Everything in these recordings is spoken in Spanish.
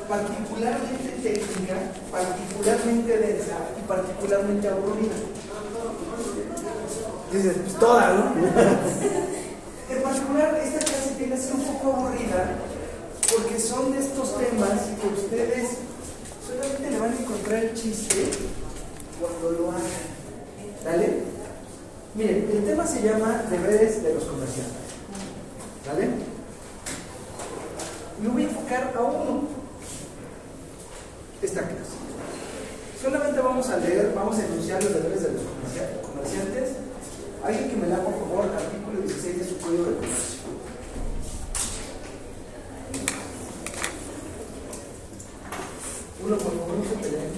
particularmente técnica, particularmente densa y particularmente aburrida. Dices, pues toda, ¿no? En particular, esta clase tiene que ser un poco aburrida porque son de estos temas que ustedes solamente le van a encontrar el chiste cuando lo hagan. ¿Vale? Miren, el tema se llama deberes de los comerciantes. ¿Vale? Me voy a enfocar a uno. Esta clase. Solamente vamos a leer, vamos a enunciar los deberes de los comerciantes. Alguien que me lea, por favor, artículo 16 de su Código de Comercio. Uno, por favor, no se peleen.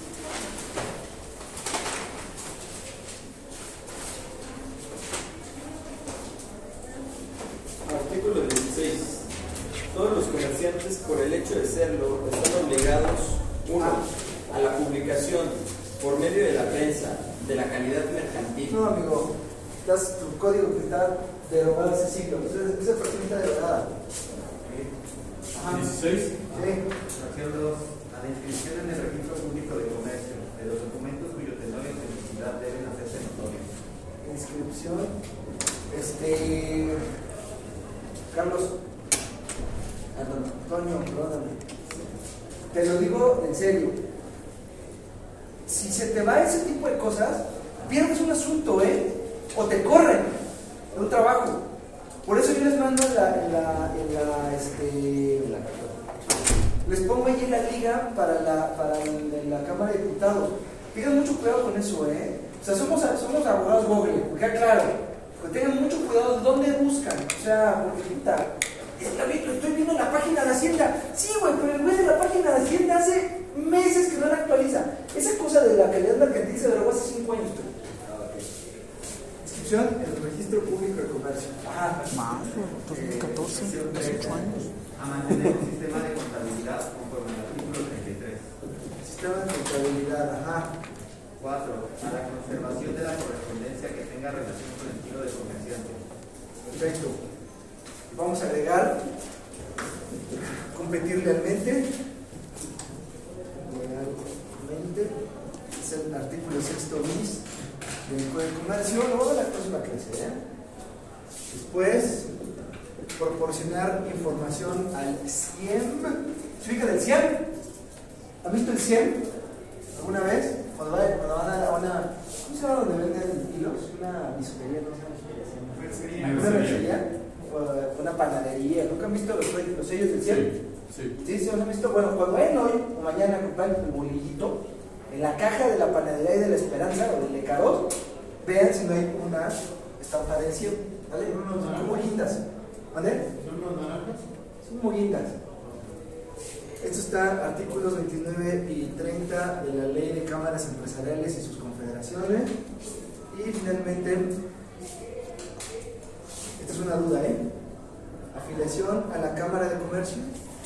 Artículo 16. Todos los comerciantes, por el hecho de serlo, están obligados, 1. A la publicación, por medio de la prensa, de la calidad mercantil. No, amigo, estás tu código que está derogado hace siglos. Esa fracción está derogada. Ajá. 16. Sí. Fracción 2. A la inscripción en el registro público de comercio de los documentos cuyo tenor y autenticidad deben hacerse notorios. Inscripción. Carlos. Antonio, perdóname. Te lo digo en serio. Si se te va ese tipo de cosas, pierdes un asunto, o te corren de un trabajo. Por eso yo les mando les pongo ahí en la liga para la Cámara de Diputados. Tengan mucho cuidado con eso, O sea, somos abogados Google, porque claro, pues tengan mucho cuidado de dónde buscan. O sea, porque puta, lo estoy viendo en la página de Hacienda. Sí, güey, pero el güey de la página de Hacienda hace meses que no la actualiza. Esa cosa de la calidad mercantil se derogó hace 5 años. Inscripción en el registro público de comercio. Ajá. Más, 2014, 18 años. A mantener un sistema de contabilidad conforme al artículo 33. Sistema de contabilidad, ajá. 4. A la conservación de la correspondencia que tenga relación con el estilo de comerciante. Perfecto. Vamos a agregar competir lealmente. Es el artículo 6 bis del Código de Comercio. Luego la cláusula crece, Después, proporcionar información al CIEM. ¿Se ubica del CIEM? ¿Han visto el CIEM alguna vez? Cuando van a una... ¿Cómo se llama donde venden hilos? Una bisutería, no sé cómo se llama. ¿Una mercería? Una panadería. ¿Nunca han visto los sellos del CIEM? Sí, ¿lo han visto? Bueno, cuando vayan hoy o mañana a comprar el bolillito, en la caja de la panadería y de la Esperanza o del Lecaros, vean si no hay una estampa del CIEM. ¿Vale? Son como guindas. ¿Vale? ¿Son unos naranjas? Son muy guindas. Esto está artículos 29 y 30 de la Ley de Cámaras Empresariales y sus confederaciones. Y finalmente, esta es una duda, afiliación a la Cámara de Comercio.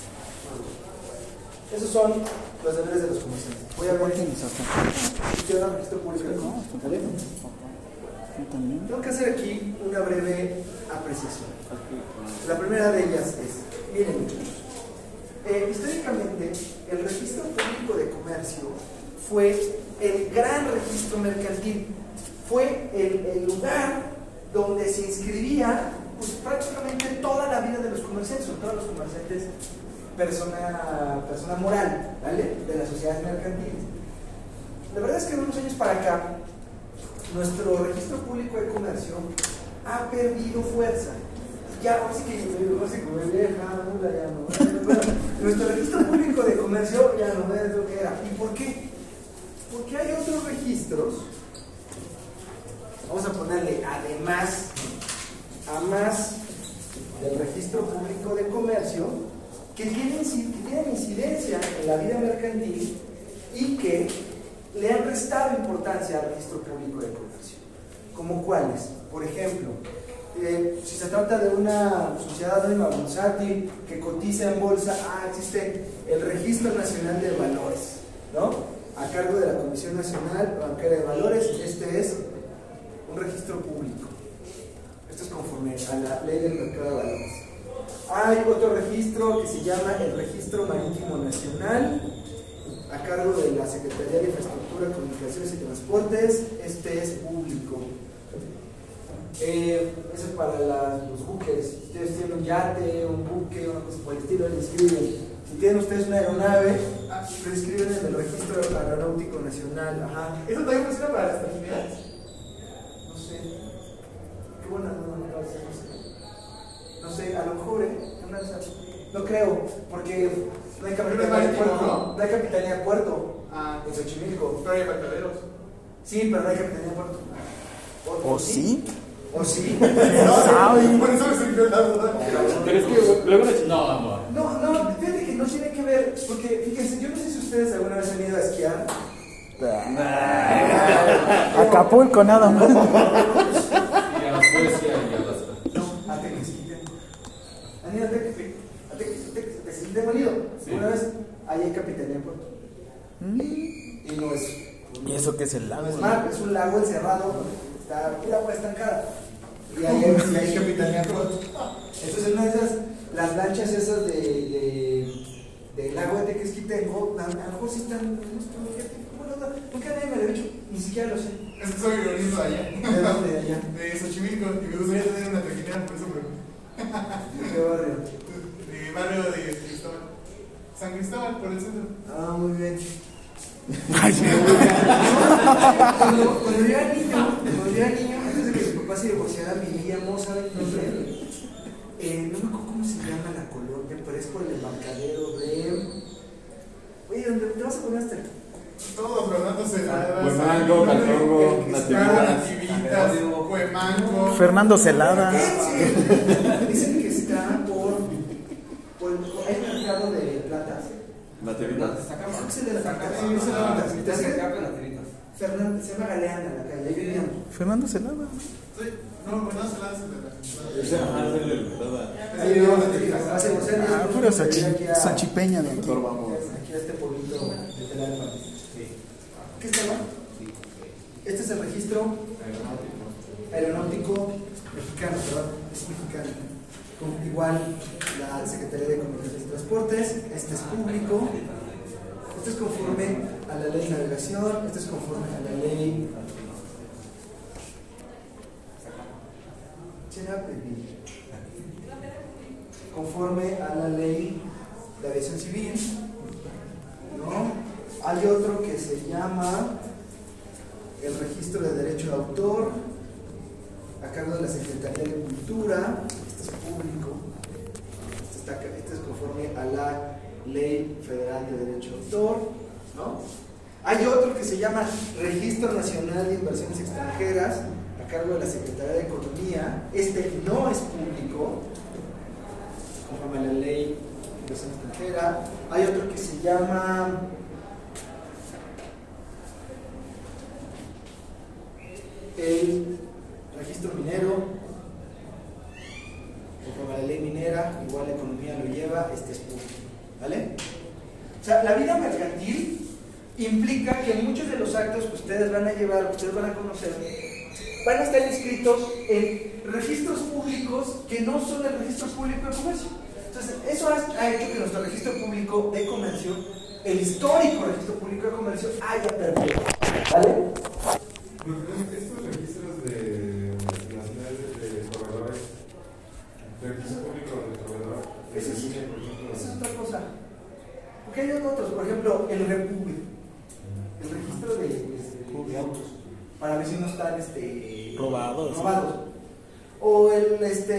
Esos son los deberes de los comerciantes. Voy a ver si yo registro público. ¿Vale? Tengo que hacer aquí una breve apreciación. La primera de ellas es, miren muchachos, históricamente el registro público de comercio fue el gran registro mercantil, fue el lugar donde se inscribía pues, prácticamente toda la vida de los comerciantes, sobre todo los comerciantes persona moral, ¿vale? De las sociedades mercantiles. La verdad es que de unos años para acá nuestro registro público de comercio ha perdido fuerza. Ya, ahora sí que no sé cómo es vieja, ya no. Bueno, nuestro registro público de comercio ya no es lo que era. ¿Y por qué? Porque hay otros registros, vamos a ponerle además, a más del registro público de comercio, que tienen incidencia en la vida mercantil y que le han restado importancia al registro público de comercio. ¿Como cuáles? Por ejemplo, si se trata de una sociedad anónima bursátil que cotiza en bolsa, existe el Registro Nacional de Valores, ¿no? A cargo de la Comisión Nacional Bancaria de Valores. Este es un registro público. Esto es conforme a la ley del mercado de valores. Hay otro registro que se llama el Registro Marítimo Nacional, a cargo de la Secretaría de Infraestructura, Comunicaciones y Transportes. Este es público. Eso es para los buques. Ustedes tienen un yate, un buque, una cosa por el estilo, le inscriben. Si tienen ustedes una aeronave, lo inscriben en el Registro Aeronáutico Nacional. Ajá. ¿Eso también funciona para las actividades? No sé. Qué buena, no sé, a lo mejor, no creo, porque no hay capitanía de puerto. No hay capitanía de puerto en Xochimilco. Pero hay embarcaderos. Sí, pero no hay capitanía de puerto. ¿O sí? ¿O sí? ¿Sabe? Por eso me surgió la duda. Pero es que luego no, amor. No, fíjate que no tiene que ver, porque fíjense, yo no sé si ustedes alguna vez han ido a esquiar. Acapulco nada más. Y a la Suecia y a las... No, a Tequesquiten. ¿Han ido a Tequesquiten? ¿Han ido? Sí. Una vez, ahí hay capitanía de puerto. Y no es... ¿Y eso qué es el No lago? es mar, es un lago encerrado, está el agua estancada. Y ahí hay capitanía de puerto. Entonces, una de esas, las lanchas esas del lago de Tequesquitengo, a lo mejor sí están. Nunca nadie me lo ha dicho, ni siquiera lo sé. Es que soy organizo de allá. ¿De dónde de allá? De Xochimilco. Y me gustaría tener una traquinera, por eso pregunto. ¿De qué barrio? De barrio de Cristóbal. San Cristóbal, por el centro. Ah, muy bien. Ay, sí. Cuando yo era niño, antes de que mi papá se divorciara, vivíamos, ¿saben dónde? No me acuerdo cómo se llama la colonia, pero es por el embarcadero de. Oye, ¿dónde te vas a poner hasta el? Todo Fernando Celada. Cuemanco, Caltongo, Nativitas, Cuemanco. Fernando Celada. Dicen que está por hay un mercado de plantas. Natividad. Creo que es el de la Fernando, se llama Galeana la calle, ahí vivíamos. Fernando Celada. Sí, no, Fernando Celada es el de la. Ahí vivíamos hace 12 años. Ah, pura Sanchipeña de aquí. Mejor vamos. Aquí a este pueblito de Telalpan. ¿Qué estaba? Este es el registro aeronáutico mexicano, ¿verdad? Es mexicano. Igual la Secretaría de Comunicaciones y Transportes, este es público, este es conforme a la ley de navegación, este es conforme a la ley conforme a la ley de aviación civil, ¿no? Hay otro que se llama el registro de derecho de autor, a cargo de la Secretaría de Cultura. Este es público, este es conforme a la Ley Federal de Derecho de Autor, ¿no? Hay otro que se llama Registro Nacional de Inversiones Extranjeras, a cargo de la Secretaría de Economía. Este no es público, conforme a la Ley de Inversión Extranjera. Hay otro que se llama el Registro Minero, conforme a la ley minera, igual la economía lo lleva, este es público, ¿vale? O sea, la vida mercantil implica que muchos de los actos que ustedes van a llevar, que ustedes van a conocer, van a estar inscritos en registros públicos que no son el registro público de comercio. Entonces, eso ha hecho que nuestro registro público de comercio, el histórico registro público de comercio, haya perdido, ¿vale? Estos registros nacionales de proveedores, registro público de proveedores, Esa por ejemplo, es otra cosa. Porque hay otros, por ejemplo, el REPUBE, el registro de autos, para ver si no están robados. O el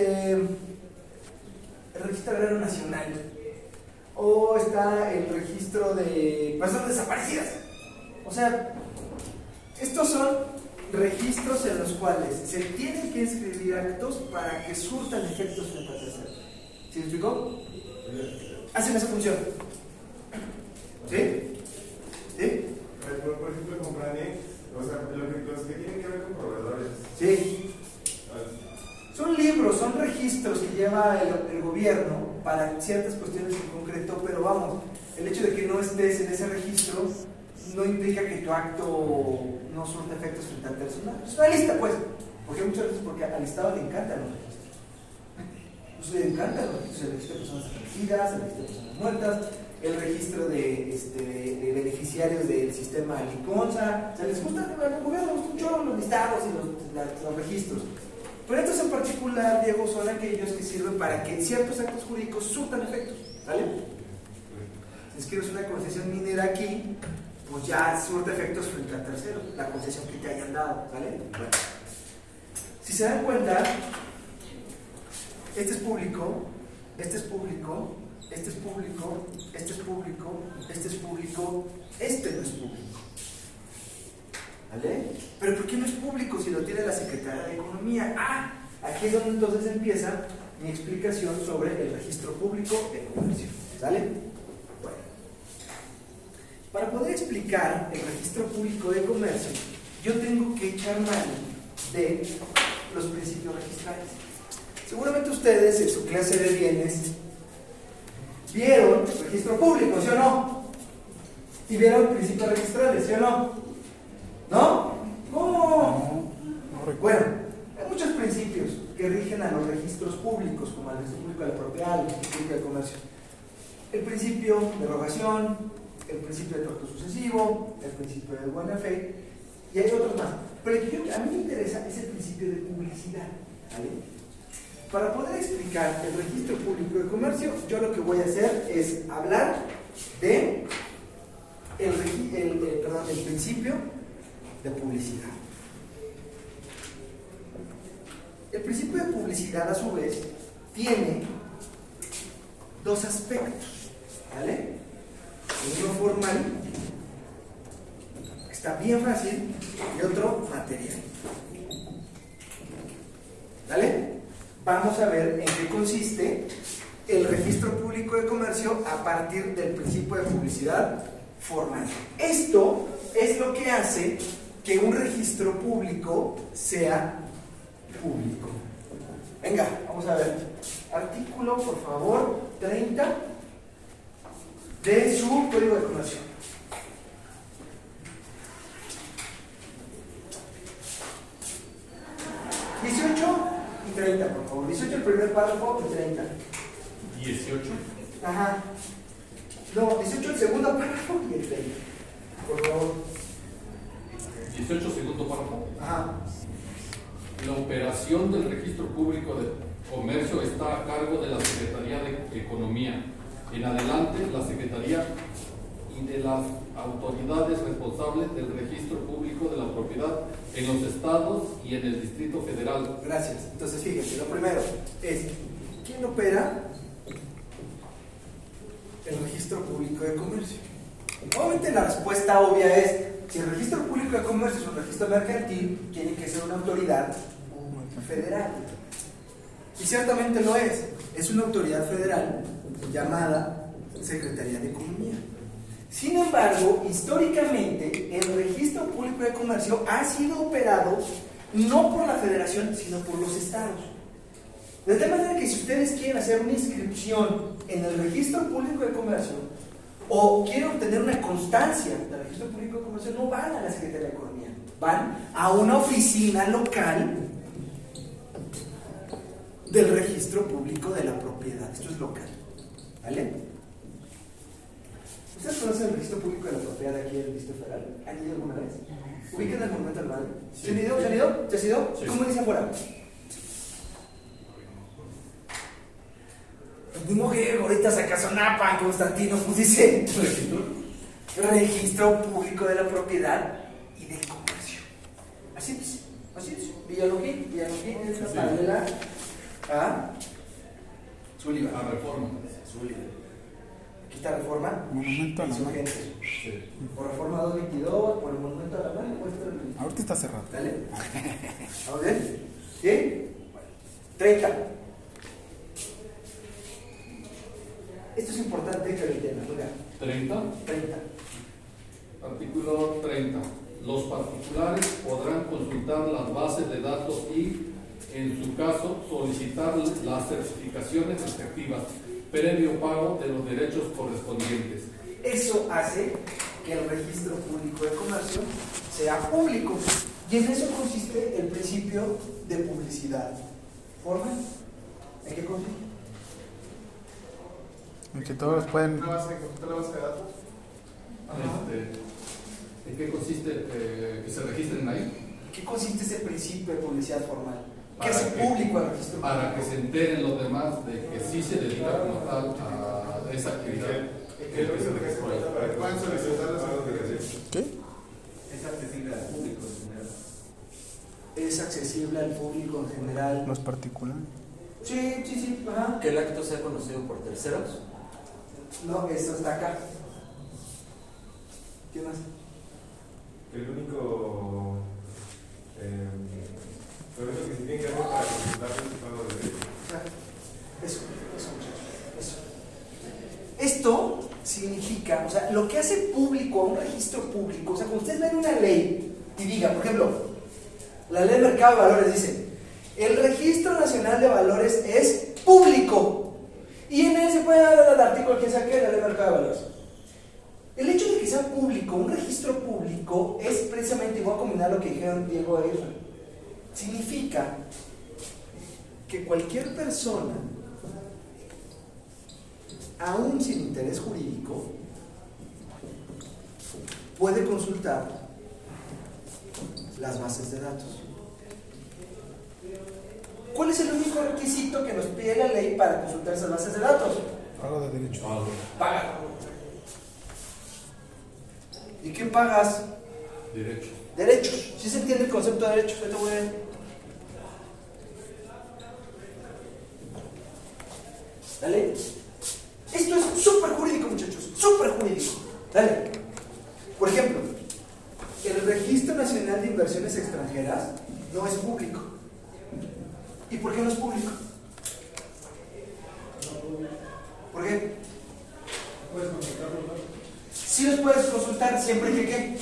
registro agrario nacional. O está el registro de personas desaparecidas. O sea, estos son registros en los cuales se tienen que inscribir actos para que surtan efectos frente a terceros. ¿Sí me explicó? Hacen esa función. ¿Sí? ¿Sí? por ejemplo, compraré, o sea, los que tienen que ver con proveedores. Sí. Son libros, son registros que lleva el gobierno para ciertas cuestiones en concreto, pero vamos, el hecho de que no estés en ese registro no implica que tu acto no surta efectos frente al personal. Es una lista, pues, porque muchas veces porque al Estado le encantan los registros. Nos encantan los registros, el registro de personas fallecidas, el registro de personas muertas, el registro de beneficiarios del sistema Liconza. O sea, les gusta el gobierno, les gustan los listados y los registros. Pero estos en particular, Diego, son aquellos que sirven para que ciertos actos jurídicos surtan efectos, ¿vale? Si escribes una concesión minera aquí, pues ya surte efectos frente al tercero, la concesión que te hayan dado, ¿vale? Bueno. Si se dan cuenta, este es público, este es público, este es público, este es público, este es público, este no es público. ¿Vale? Pero ¿por qué no es público si lo tiene la Secretaría de Economía? Aquí es donde entonces empieza mi explicación sobre el registro público de comercio. ¿Sale? Bueno. Para poder explicar el registro público de comercio, yo tengo que echar mano de los principios registrales. Seguramente ustedes en su clase de bienes vieron el registro público, ¿sí o no? Y vieron principios registrales, ¿sí o no? ¿No? ¿Cómo? Bueno, hay muchos principios que rigen a los registros públicos, como el registro público de la propiedad, el registro público de comercio. El principio de rogación, el principio de trato sucesivo, el principio de buena fe, y hay otros más. Pero el que a mí me interesa es el principio de publicidad, ¿vale? Para poder explicar el registro público de comercio, yo lo que voy a hacer es hablar de el principio de publicidad. El principio de publicidad, a su vez, tiene dos aspectos, ¿vale? Uno formal, que está bien fácil, y otro material. ¿Vale? Vamos a ver en qué consiste el registro público de comercio a partir del principio de publicidad formal. Esto es lo que hace que un registro público sea público. Venga, vamos a ver. Artículo, por favor, 30 de su Código de Comercio. Y 30, por favor. 18 el primer párrafo y 30. 18. Ajá. No, 18 el segundo párrafo y el 30. Por favor. 18 segundo párrafo. Ajá. La operación del registro público de comercio está a cargo de la Secretaría de Economía. En adelante, la Secretaría y de las autoridades responsables del registro público de la propiedad en los estados y en el Distrito Federal. Gracias. Entonces, fíjense, lo primero es, ¿quién opera el registro público de comercio? Obviamente la respuesta obvia es, si el registro público de comercio es un registro mercantil, tiene que ser una autoridad federal. Y ciertamente lo es una autoridad federal llamada Secretaría de Economía. Sin embargo, históricamente, el registro público de comercio ha sido operado no por la federación, sino por los estados. De tal manera que si ustedes quieren hacer una inscripción en el registro público de comercio o quieren obtener una constancia del registro público de comercio, no van a la Secretaría de Economía, van a una oficina local del registro público de la propiedad. Esto es local, ¿vale? ¿Ustedes conocen el registro público de la propiedad aquí del Distrito Federal? ¿Han ido alguna vez? ¿Ubican el Monumento al Valle? ¿Se han ido? ¿Se han ido? ¿Se has ido? Sí. ¿Cómo dice afuera? El mismo que ahorita Sacazonapan, Constantino, pues dice registro público de la propiedad y del comercio. Así es, así es. Villalogín es la paralela a Sullivan. A Reforma. Sullivan. Aquí está Reforma. Monumento a la Mar. Insurgentes. Sí. Por Reforma 222, por el Monumento a la Mar, Ahorita está cerrado. Dale. ¿Vamos bien? ¿Sí? Bueno. 30. Esto es importante que lo entiendan. Oiga. 30. 30. Artículo 30. Los particulares podrán consultar las bases de datos y, en su caso, solicitar las certificaciones respectivas, previo pago de los derechos correspondientes. Eso hace que el registro público de comercio sea público. Y en eso consiste el principio de publicidad. ¿Forma? ¿En qué consiste? Y que todos pueden. ¿Una base de datos? ¿En qué consiste que se registren ahí? ¿Qué consiste ese principio de publicidad formal? ¿Qué Para hace que- público al registro Para público? que se enteren los demás de que sí se dedica como tal a esa actividad. ¿Qué es lo que se registra? Para que puedan solicitar las notificaciones. ¿Qué? Es accesible al público en general. Es accesible al público en general. Los particulares. Sí, ajá. Que el acto sea conocido por terceros. No, eso está acá. ¿Qué más? El único permiso que se tiene que hacer para consultar el pago de derechos. Eso, muchachos, eso. Esto significa, o sea, lo que hace público a un registro público, o sea, cuando ustedes ven una ley y diga, por ejemplo, la ley de mercado de valores dice, el registro nacional de valores es público y en él se puede dar el artículo que saque de la ley de mercado de valores. El hecho de que sea público, un registro público, es precisamente, y voy a combinar lo que dijeron Diego e Israel, significa que cualquier persona, aún sin interés jurídico, puede consultar las bases de datos. ¿Cuál es el único requisito que nos pide la ley para consultar esas bases de datos? Pago de derecho. Pagar. ¿Y qué pagas? Derecho. Derechos. ¿Sí se entiende el concepto de derechos? Ahorita voy a ver. ¿Dale? Esto es súper jurídico, muchachos. Súper jurídico. Dale. Por ejemplo, el Registro Nacional de Inversiones Extranjeras no es público. ¿Y por qué no es público? ¿Por qué? ¿Puedes consultarlo? Sí los puedes consultar siempre que ¿qué?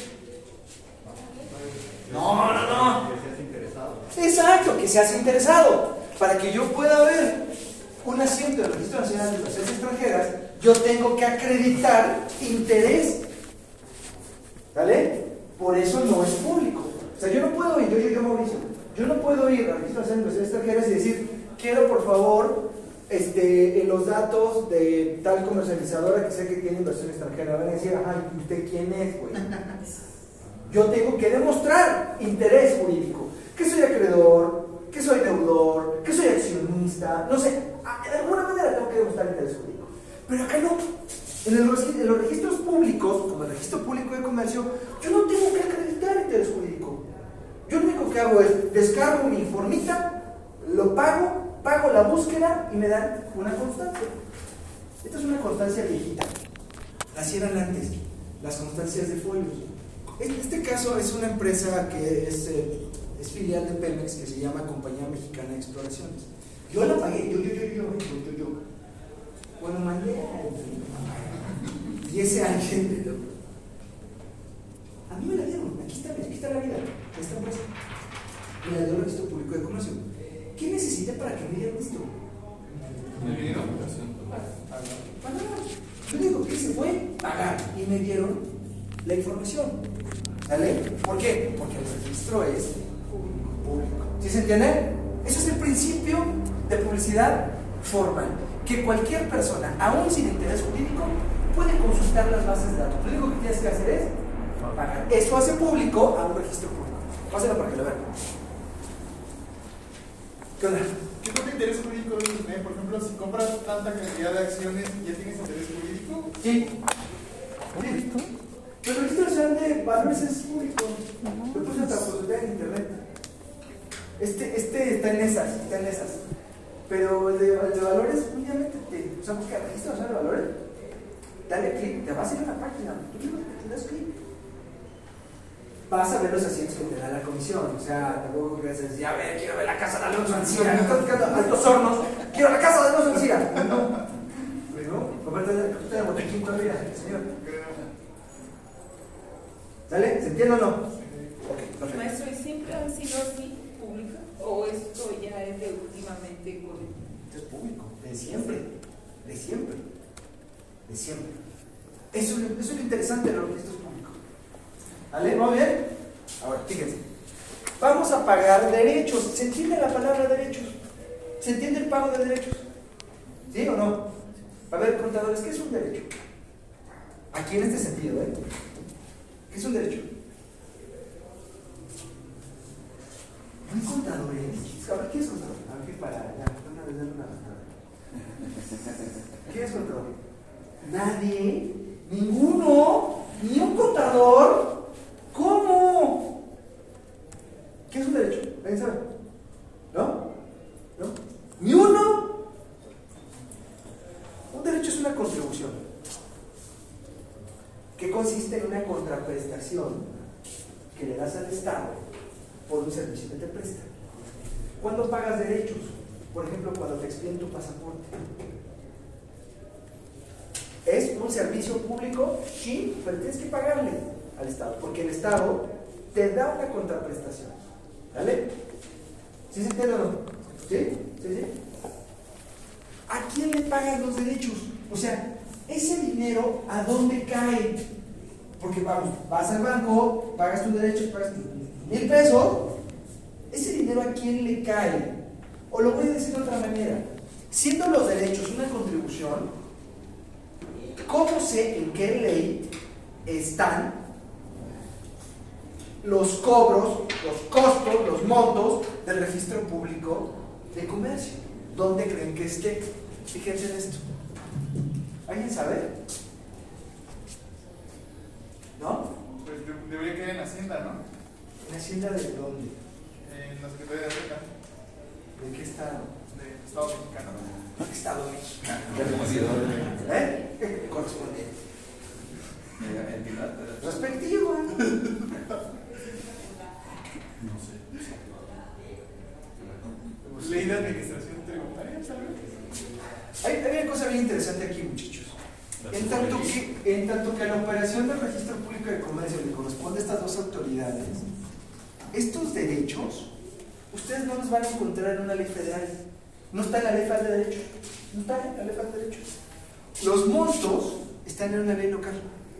No. Que seas interesado. Exacto, que seas interesado. Para que yo pueda ver un asiento del Registro Nacional de Inversiones Extranjeras, yo tengo que acreditar interés. ¿Vale? Por eso no es público. O sea, yo no puedo ir, yo Mauricio, yo no puedo ir al Registro Nacional de Inversiones Extranjeras y decir, quiero por favor los datos de tal comercializadora que sé que tiene inversión extranjera. Van a decir, ajá, ¿y usted quién es, güey? Yo tengo que demostrar interés jurídico, que soy acreedor, que soy deudor, que soy accionista, no sé, de alguna manera tengo que demostrar interés jurídico. Pero acá no. En los registros públicos, como el Registro Público de Comercio, yo no tengo que acreditar interés jurídico. Yo lo único que hago es descargo mi informita, lo pago la búsqueda y me dan una constancia. Esta es una constancia viejita. Así eran antes, las constancias de folios. En este caso es una empresa que es filial de Pemex, que se llama Compañía Mexicana de Exploraciones. Yo la pagué, yo. Bueno, mandé y ese ángel, a mí me la dieron, aquí está la vida, esta empresa. Me la dio el Registro Público de Comercio. ¿Qué necesité para que me dieran esto? Me viene la aplicación. Pagar. Lo único que hice fue pagar y me dieron la información. ¿Sale? ¿Por qué? Porque el registro es público. ¿Sí se entiende? Eso es el principio de publicidad formal. Que cualquier persona, aún sin interés jurídico, puede consultar las bases de datos. Lo único que tienes que hacer es pagar. Eso hace público a un registro público. Pásalo para que lo vean. ¿Qué onda? ¿Qué tipo de interés jurídico debes tener? Por ejemplo, si compras tanta cantidad de acciones, ¿ya tienes interés jurídico? Sí. Pero el Registro Nacional de Valores es público. Lo puse hasta consultar en internet. Este está en esas. Pero el de valores, obviamente, o sea, busca el Registro Nacional de Valores, dale clic, te vas a ir a una página, tú le das clic. Vas a ver los asientos que te da la comisión. O sea, tampoco que dices, ya ver, quiero ver la casa de Alonso Ancira, no estás buscando Altos Hornos, quiero la casa de Alonso Ancira. No, comparte de botequín todavía, señor. ¿Sale? ¿Se entiende o no? Ok, perfecto. Maestro, ¿y siempre ha sido así, pública? ¿O esto ya es de últimamente con...? Esto es público, de siempre. Eso es lo interesante de los registros públicos. ¿Vale? ¿Muy bien? Ahora, fíjense. Vamos a pagar derechos. ¿Se entiende la palabra derechos? ¿Se entiende el pago de derechos? ¿Sí o no? A ver, contadores, ¿qué es un derecho? Aquí en este sentido, ¿eh? ¿Qué es un derecho? ¿No hay contadores? A ver, ¿quién es contador? A ver, para ya, una vez darle una contadora. ¿Quién es contador? Nadie, ninguno, ni un contador. ¿Cómo? ¿Qué es un derecho? ¿Alguien sabe? ¿No? ¿No? ¿Ni uno? Un derecho es una contribución que consiste en una contraprestación que le das al Estado por un servicio que te presta. ¿Cuándo pagas derechos? Por ejemplo, cuando te expiden tu pasaporte. ¿Es un servicio público? Sí, pero tienes que pagarle al Estado, porque el Estado te da una contraprestación. ¿Vale? ¿Sí se entiende o no? ¿Sí? ¿Sí? ¿Sí? ¿A quién le pagan los derechos? O sea, ese dinero, ¿a dónde cae? Porque vamos, vas al banco, pagas tus derechos, pagas tus 1,000 pesos. ¿Ese dinero a quién le cae? O lo voy a decir de otra manera. Siendo los derechos una contribución, ¿cómo sé en qué ley están los cobros, los costos, los montos del registro público de comercio? ¿Dónde creen que esté? Fíjense en esto. ¿Alguien sabe? ¿No? Pues debería quedar en Hacienda, ¿no? ¿En Hacienda de dónde? En la Secretaría de Hacienda ¿De qué estado? del Estado mexicano. ¿Qué estado mexicano? ¿Eh? Correspondiente. Respectivo. No sé. Ley de administración tributaria, ¿sabes? Hay una cosa bien interesante aquí, muchachos. En tanto que a la operación del registro público de comercio le corresponde a estas dos autoridades, estos derechos, ustedes no los van a encontrar en una ley federal. No está en la ley federal de derechos. No está en la ley federal de derechos. Los montos están en una ley local.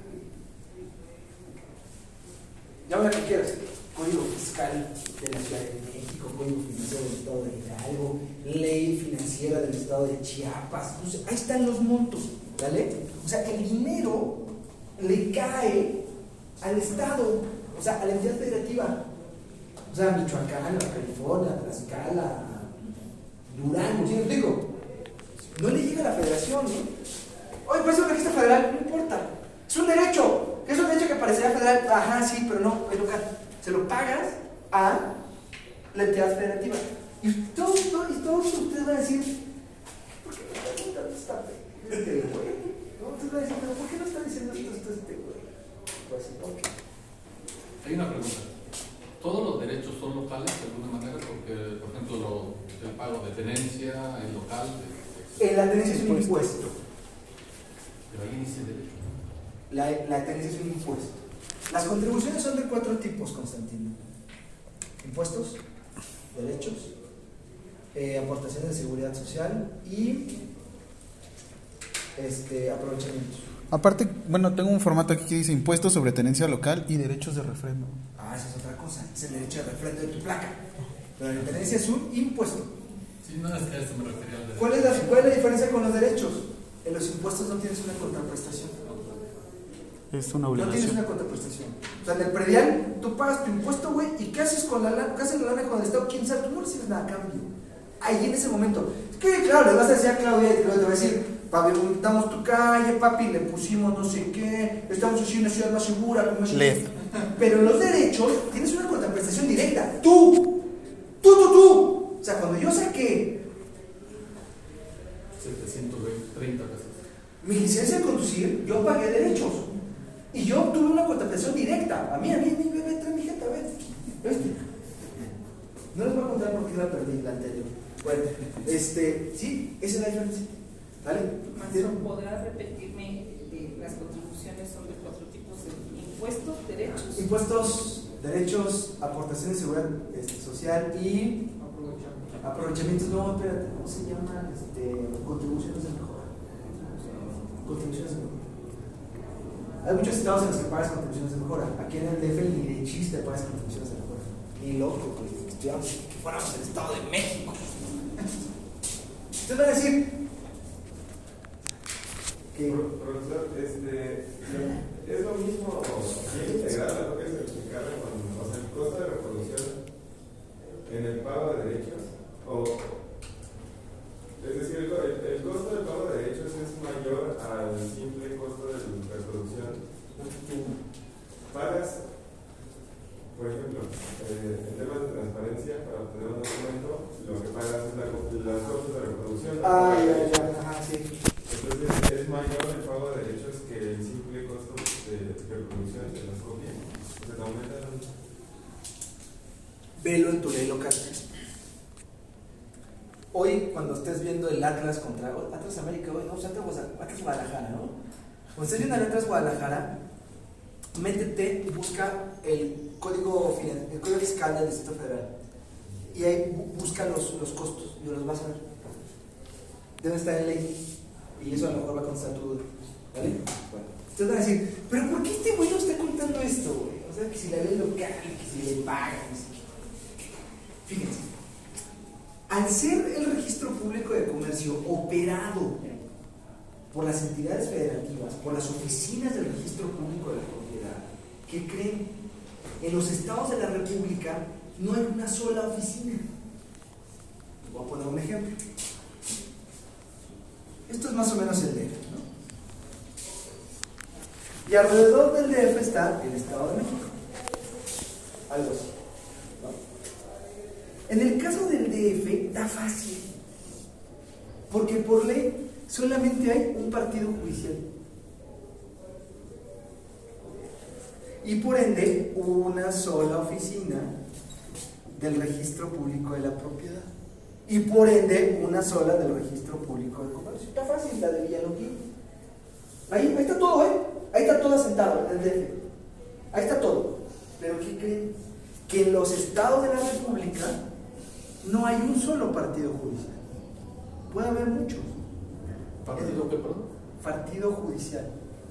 Llama la que quieras. Código Fiscal de la Ciudad de México, Código Financiero del Estado de Hidalgo, Ley Financiera del Estado de Chiapas. Entonces, ahí están los montos, ¿vale? O sea, el dinero le cae al Estado, o sea, a la entidad federativa. O sea, Michoacán, California, Tlaxcala, Durango, ¿sí me explico? No le llega a la federación, ¿no? Oye, pues es un registro federal, no importa. Es un derecho. Es un derecho que parecería federal. Ajá, sí, pero no, es local. Se lo pagas a la entidad federativa. Y todos ustedes van a decir, ¿por qué no está contando esta este güey? ¿No? Ustedes van a decir, pero ¿por qué no está diciendo esto este güey? Pues, ¿por qué? Hay una pregunta. ¿Todos los derechos son locales de alguna manera? Porque, por ejemplo, el pago de tenencia, el local. La tenencia es un impuesto. Pero ahí dice derecho. La tenencia es un impuesto. Las contribuciones son de 4 tipos, Constantino. Impuestos, derechos, aportaciones de seguridad social y aprovechamientos. Aparte, bueno, tengo un formato aquí que dice impuestos sobre tenencia local y derechos de refrendo. Ah, esa es otra cosa, es el derecho de refrendo de tu placa. Pero la tenencia es un impuesto. Sí, no es que a eso me refería al derecho. ¿Cuál es la diferencia con los derechos? En los impuestos no tienes una contraprestación. Es una No tienes obligación. una contraprestación. O sea, en el predial, tú pagas tu impuesto, güey, y ¿qué haces con la lana? ¿Qué haces la lana con el Estado? ¿Quién sabe? Tú no recibes nada a cambio. Ahí en ese momento. Es que, claro, le vas a decir a Claudia, y Claudia te va a decir, pavimentamos tu calle, papi, le pusimos no sé qué, estamos haciendo una ciudad más segura, con más LED. Pero en los derechos tienes una contraprestación directa. Tú. O sea, cuando yo saqué 730 pesos. mi licencia de conducir, yo pagué derechos. Y yo obtuve una contraprestación directa. A mí, bebé, trae mi jeta, ven. No les voy a contar por qué la perdí la anterior. Bueno, sí, esa es la diferencia. ¿Vale? Maestro, ¿podrá repetirme las contribuciones son de 4 tipos de impuestos, derechos? Impuestos, derechos, aportaciones de seguridad social y aprovechamientos. No, espérate, ¿cómo se llama? Contribuciones de mejora. Contribuciones de mejora. Hay muchos estados en los que pagas contribuciones de mejora. Aquí en el DF ni de chiste pagas contribuciones de mejora. Ni loco, pues, estudiamos que fuéramos el Estado de México. Ustedes van a decir, Sí. Profesor, es lo mismo bien integral a lo que es explicar o sea, el costo de reproducción en el pago de derechos, es decir, el costo del pago de derechos es mayor al simple costo de reproducción. Pagas, por ejemplo, en temas de transparencia, para obtener un documento, lo que pagas es los costos de reproducción. Sí. Entonces es mayor el pago de derechos que el simple costo de reproducción de las copias. Se te aumentan. Velo en tu ley local. Hoy, cuando estés viendo el Atlas contra Atlas América, hoy, no, Atlas Guadalajara, ¿no? Cuando estés viendo el Atlas Guadalajara, métete y busca el código fiscal del Distrito Federal. Y ahí busca los costos y los vas a ver. Debe estar en ley. Y eso a lo mejor va a contestar tu duda. ¿Vale? Bueno. Ustedes van a decir, ¿pero por qué este güey no está contando esto, güey? O sea, que si la ley local, que si le pagan, no sé qué. Fíjense. Al ser el registro público de comercio operado por las entidades federativas, por las oficinas del registro público de la propiedad, ¿qué creen? En los estados de la República no hay una sola oficina. Voy a poner un ejemplo. Esto es más o menos el DF, ¿no? Y alrededor del DF está el Estado de México. Algo así, ¿no? En el caso del DF está fácil, porque por ley solamente hay un partido judicial. Y por ende, una sola oficina del registro público de la propiedad. Y por ende, una sola del registro público de comercio. Está fácil la de Villalongín. Ahí está todo, ¿eh? Ahí está todo asentado, el DF. Ahí está todo. Pero ¿qué creen? Que en los estados de la República no hay un solo partido judicial. Puede haber muchos. ¿Partido qué, perdón? Partido judicial.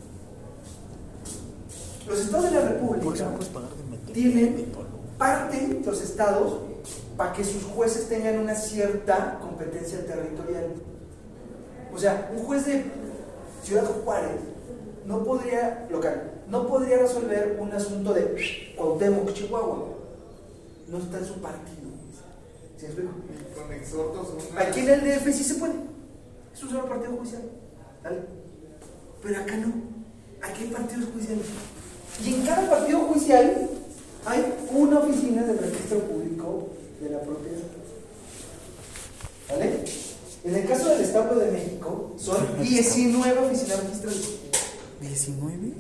Los estados de la República tienen parte de los estados para que sus jueces tengan una cierta competencia territorial. O sea, un juez de Ciudad Juárez no podría resolver un asunto de Cuauhtémoc, Chihuahua. No está en su partido. ¿Sí me explico? Con exhortos. Aquí en el DF sí se puede. Es un solo partido judicial. ¿Vale? Pero acá no. Aquí hay partidos judiciales. Y en cada partido judicial hay una oficina del registro público de la propiedad. ¿Vale? En el caso del Estado de México, son 19 oficinas registrales. ¿19?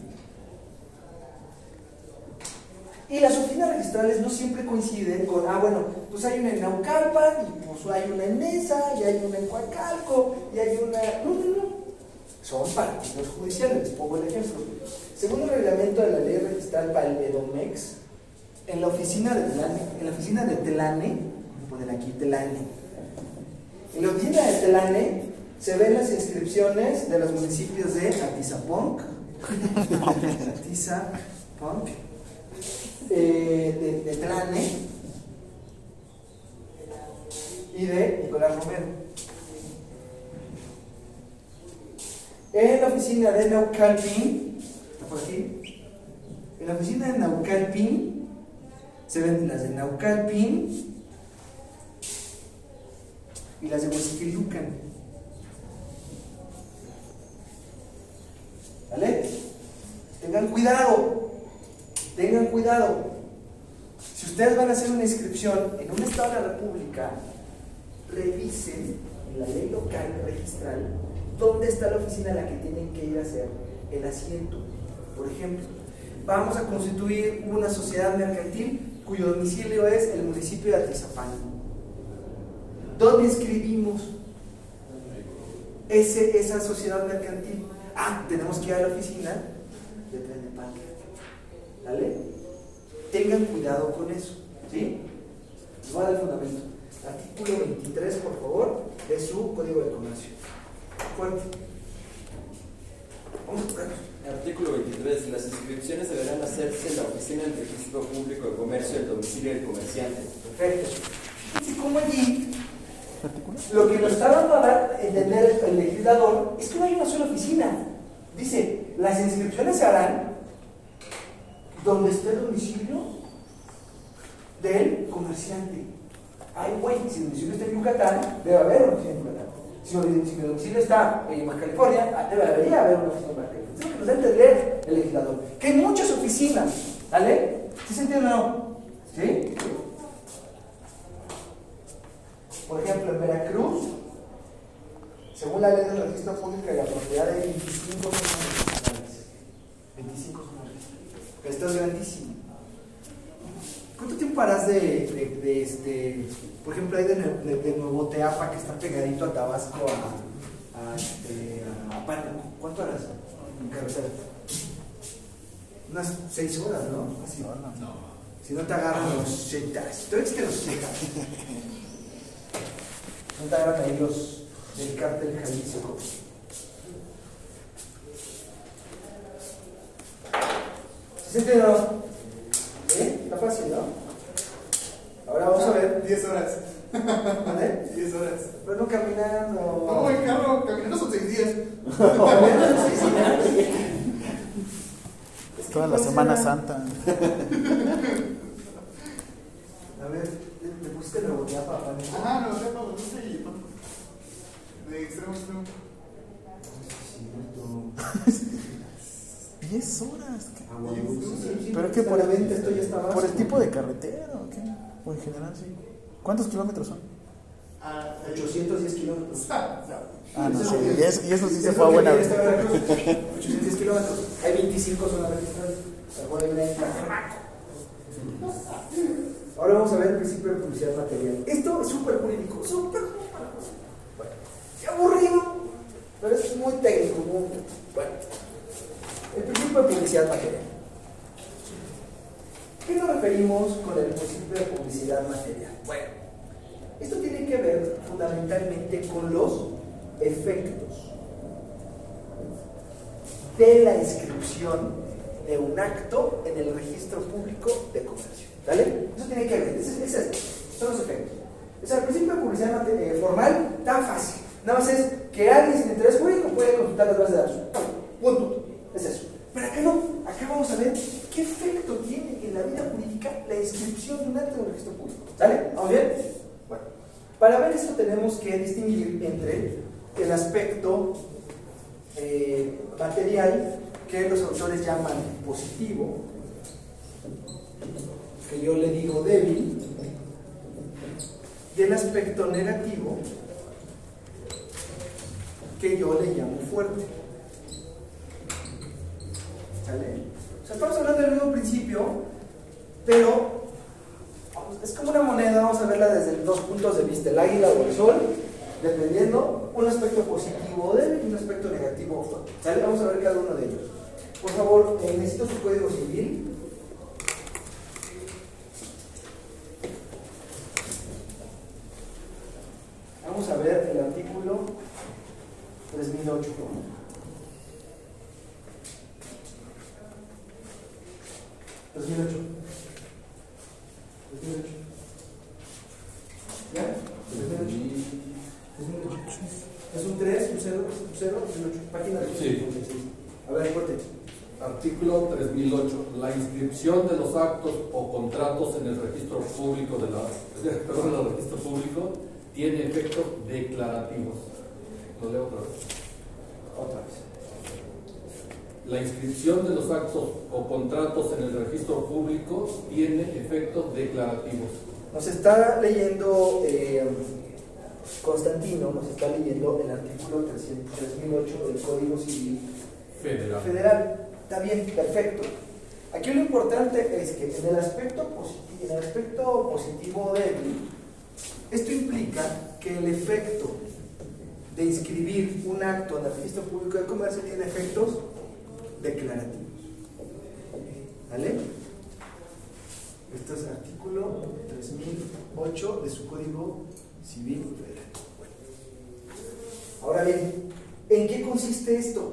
Y las oficinas registrales no siempre coinciden con, bueno, pues hay una en Naucalpan, y pues hay una en Mesa, y hay una en Coacalco, y hay una... No. Son partidos judiciales, les pongo el ejemplo. Según el reglamento de la ley registral para el EDOMEX, en la oficina de Telane, voy a poner aquí Telane. En la oficina de Telane se ven las inscripciones de los municipios de Atizapunk, de Telane y de Nicolás Romero. En la oficina de Naucalpan, por aquí, en la oficina de Naucalpan se ven las de Naucalpan y las de Huixquilucan. ¿Vale? Tengan cuidado. Si ustedes van a hacer una inscripción en un estado de la República, revisen en la ley local registral dónde está la oficina a la que tienen que ir a hacer el asiento. Por ejemplo, vamos a constituir una sociedad mercantil cuyo domicilio es el municipio de Atizapán. ¿Dónde inscribimos esa sociedad mercantil? Tenemos que ir a la oficina de Tlalnepantla. ¿Vale? Tengan cuidado con eso, ¿sí? Les voy a dar el fundamento. Artículo 23, por favor, de su Código de Comercio. Fuerte. Vamos a tocarlo. Artículo 23. Las inscripciones deberán hacerse en la oficina del registro público de comercio del domicilio del comerciante. Perfecto. Así como allí, lo que nos está dando a entender el legislador es que no hay una sola oficina. Dice, las inscripciones se harán donde esté el domicilio del comerciante. Ay, güey, si el domicilio está en Yucatán, debe haber una oficina en Yucatán. Si el domicilio está en Baja California, debería haber una oficina en Baja California. Eso es lo que nos da a entender el legislador. Que hay muchas oficinas, ¿vale? ¿Sí se entiende o no? ¿Sí? Por ejemplo, en Veracruz, según la ley del registro público de la propiedad, hay 25 zonas registrales. 25 zonas registrales. Esto es grandísimo. ¿Cuánto tiempo harás por ejemplo, hay de Nuevo Teapa, que está pegadito a Tabasco, a Pánuco? ¿Cuánto harás en carretera? Unas 6 horas, ¿no? Así. No. Si no te agarran los chetas. ¿Tú existe los chetas? No te agarran ahí los del cártel Jalisco. ¿Sí se entiende, no? ¿Sí? Está fácil, ¿no? Ahora vamos a ver. 10 horas. ¿Vale? 10 horas. Pero no caminando. No, en carro, caminando son 6 días. Es toda la Semana Santa. A ver, ¿te pusiste Nuevo Teapa, papá? Ajá, no sé, no sé. De extremo a extremo. 10 horas. Agua dulce. Pero es que por la venta esto ya está abajo. ¿Por el tipo de carretera o qué? O en general, sí. ¿Cuántos kilómetros son? 810 kilómetros. Ah, no sé. Y eso sí se fue a buena vez. 810 kilómetros. Hay 25 zonas registradas. Ahora vamos a ver el principio de publicidad material. Esto es súper jurídico, súper. Bueno, qué aburrido, pero es muy técnico. Bueno, el principio de publicidad material. ¿Qué nos referimos con el principio de publicidad material? Bueno, esto tiene que ver fundamentalmente con los efectos de la inscripción de un acto en el registro público de comercio. ¿Vale? Eso tiene que ver, es esto, son los efectos. O sea, el principio de publicidad formal está fácil. Nada más es que alguien sin interés jurídico puede consultar las bases de datos. Punto. Es eso. Pero acá no, acá vamos a ver qué efecto tiene en la vida jurídica la inscripción de un acto en el registro público. ¿Sale? ¿Vamos bien? Bueno, para ver esto tenemos que distinguir entre el aspecto material, que los autores llaman positivo, que yo le digo débil, y el aspecto negativo, que yo le llamo fuerte. ¿Sale? O sea, estamos hablando del mismo principio, pero es como una moneda, vamos a verla desde dos puntos de vista, el águila o el sol, dependiendo, un aspecto positivo débil y un aspecto negativo fuerte. ¿Sale? Vamos a ver cada uno de ellos. Por favor, necesito su código civil. Vamos a ver el artículo 3008. 2008. ¿Ya? 2008. Es un 3, un 0, un 0, un 8. Página de Sí. A ver, fuerte. Artículo 3008. La inscripción de los actos o contratos en el registro público el registro público tiene efectos declarativos. Lo leo otra vez. Otra vez. La inscripción de los actos o contratos en el registro público tiene efectos declarativos. Nos está leyendo Constantino, nos está leyendo el artículo 3008 del Código Civil Federal. Está bien, perfecto. Aquí lo importante es que en el aspecto positivo débil, esto implica que el efecto de inscribir un acto en el registro público de comercio tiene efectos declarativos. ¿Vale? Esto es artículo 3008 de su Código Civil Federal. Bueno. Ahora bien, ¿en qué consiste esto?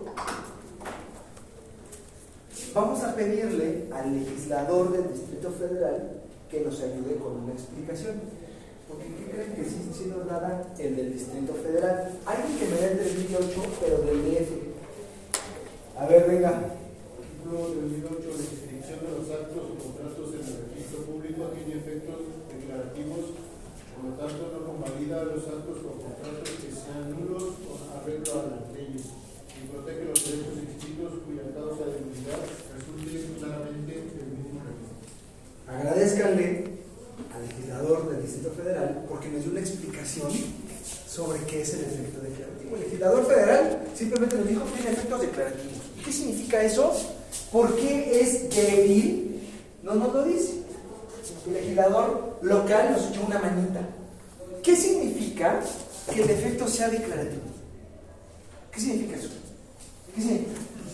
Vamos a pedirle al legislador del Distrito Federal que nos ayude con una explicación. Porque ¿qué creen que sí nos dará el del Distrito Federal? Alguien que me dé el 3008, pero del DF. A ver, venga. Artículo 2008, la inscripción de los actos o contratos en el registro público tiene efectos declarativos, por lo tanto no convalida los actos o contratos que sean nulos con arreglo a las leyes y protege los derechos inscritos cuya causa de nulidad resulte claramente del mismo registro. Agradezcanle al legislador del Distrito Federal porque nos dio una explicación sobre qué es el efecto declarativo. El legislador federal simplemente nos dijo que tiene efectos declarativos. ¿Y qué significa eso? ¿Por qué es débil? No nos lo dice. El legislador local nos echó una manita. ¿Qué significa que el efecto sea declarativo? ¿Qué significa eso? ¿Qué significa?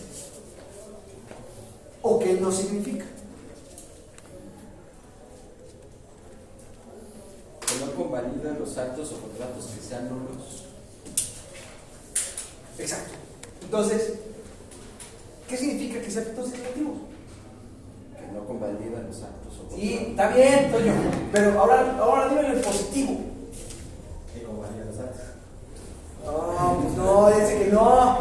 ¿O qué no significa? Que no convalida los actos o contratos que sean nulos. Exacto. Entonces, ¿qué significa que sea efectos declarativos? Que no convalida los actos o contratos. Sí, está bien, Toño, pero ahora dímelo en positivo. Que convalida los actos. No, pues no, dice que no.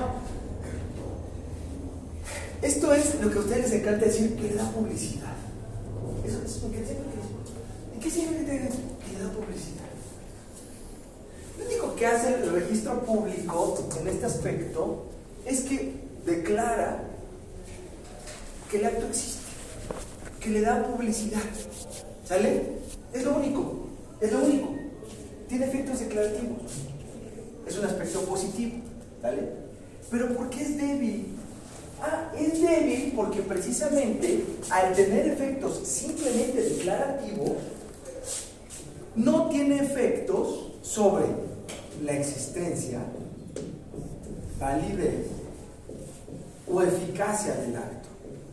Esto es lo que a ustedes les encanta decir, que le da publicidad. Eso es lo que dicen. ¿Y qué significa que le da publicidad? Lo único que hace el registro público en este aspecto es que declara que el acto existe, que le da publicidad. ¿Sale? Es lo único, es lo único. Tiene efectos declarativos. Es un aspecto positivo. ¿Sale? Pero ¿por qué es débil? Es débil porque precisamente al tener efectos simplemente declarativos, no tiene efectos sobre la existencia, validez o eficacia del acto.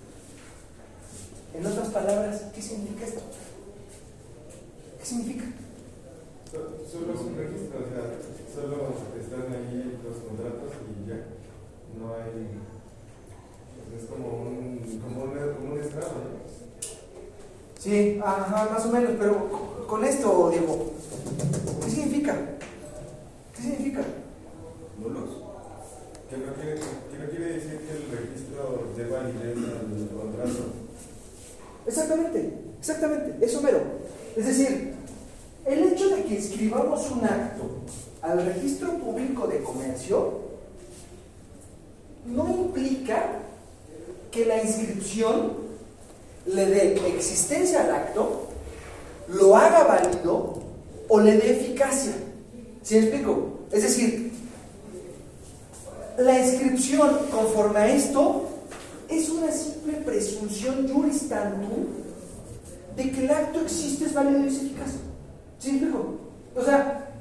En otras palabras, ¿qué significa esto? ¿Qué significa? Solo es un registro, o sea, solo están ahí los contratos y ya. No hay. Es como un estrado, ¿no? Sí, ajá, más o menos, pero con esto, Diego, ¿qué significa? ¿Qué significa? Nulos. Que no quiere decir que el registro dé validez al contrato. Exactamente, eso mero. Es decir, el hecho de que inscribamos un acto al registro público de comercio no implica que la inscripción le dé existencia al acto, lo haga válido o le dé eficacia. ¿Sí me explico? Es decir, la inscripción conforme a esto es una simple presunción juris tantum de que el acto existe, es válido y es eficaz. ¿Sí me explico? O sea,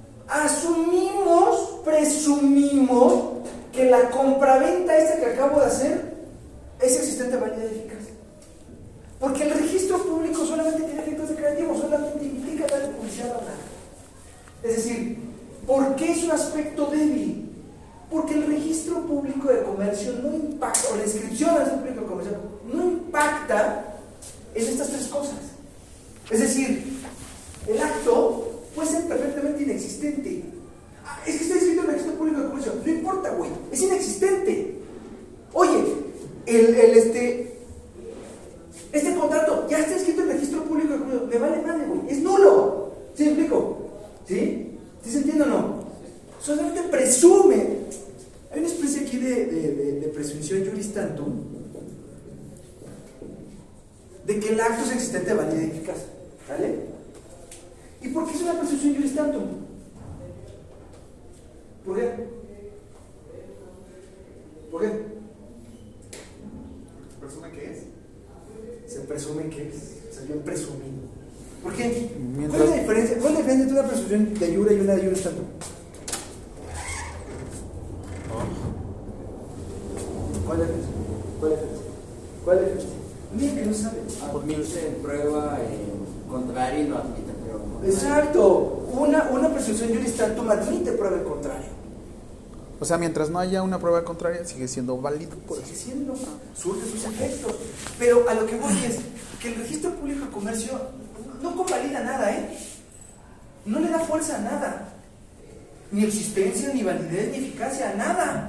presumimos que la compraventa esta que acabo de hacer es existente, válida y eficaz. Porque el registro público solamente tiene efectos declarativos, solamente implica darle publicidad a un acto. Es decir, ¿por qué es un aspecto débil? Porque el registro público de comercio no impacta, o la inscripción al registro público de comercio no impacta en estas tres cosas. Es decir, el acto puede ser perfectamente inexistente. Es que está escrito en el registro público de comercio. No importa, güey, es inexistente. Oye, este contrato ya está escrito en el registro público de comercio. Me vale madre, güey, es nulo. ¿Sí me explico? ¿Sí? ¿Sí se entiende o no? Solamente presume. Hay una especie aquí de presunción juris tantum de que el acto es existente, válido y eficaz. ¿Vale? ¿Y por qué es una presunción juris tantum? ¿Por qué? ¿Por qué? ¿Presume que es? Se presume que es. O sea, yo he presumido. ¿Por qué? Mientras- ¿Cuál es la diferencia? ¿Cuál es la diferencia entre una presunción de jure y una de juris tantum? ¿Cuál es la diferencia? ¿Cuál es la diferencia? ¿Cuál es la diferencia? Mira que no sabe. Admite prueba contraria y no admite prueba. Exacto. Una presunción juris tantum admite prueba en contrario. O sea, mientras no haya una prueba contraria, sigue siendo válido por Sigue eso. siendo, surge sus efectos. Pero a lo que voy es que el registro público de comercio no convalida nada, ¿eh? No le da fuerza a nada. Ni existencia, ni validez, ni eficacia, a nada.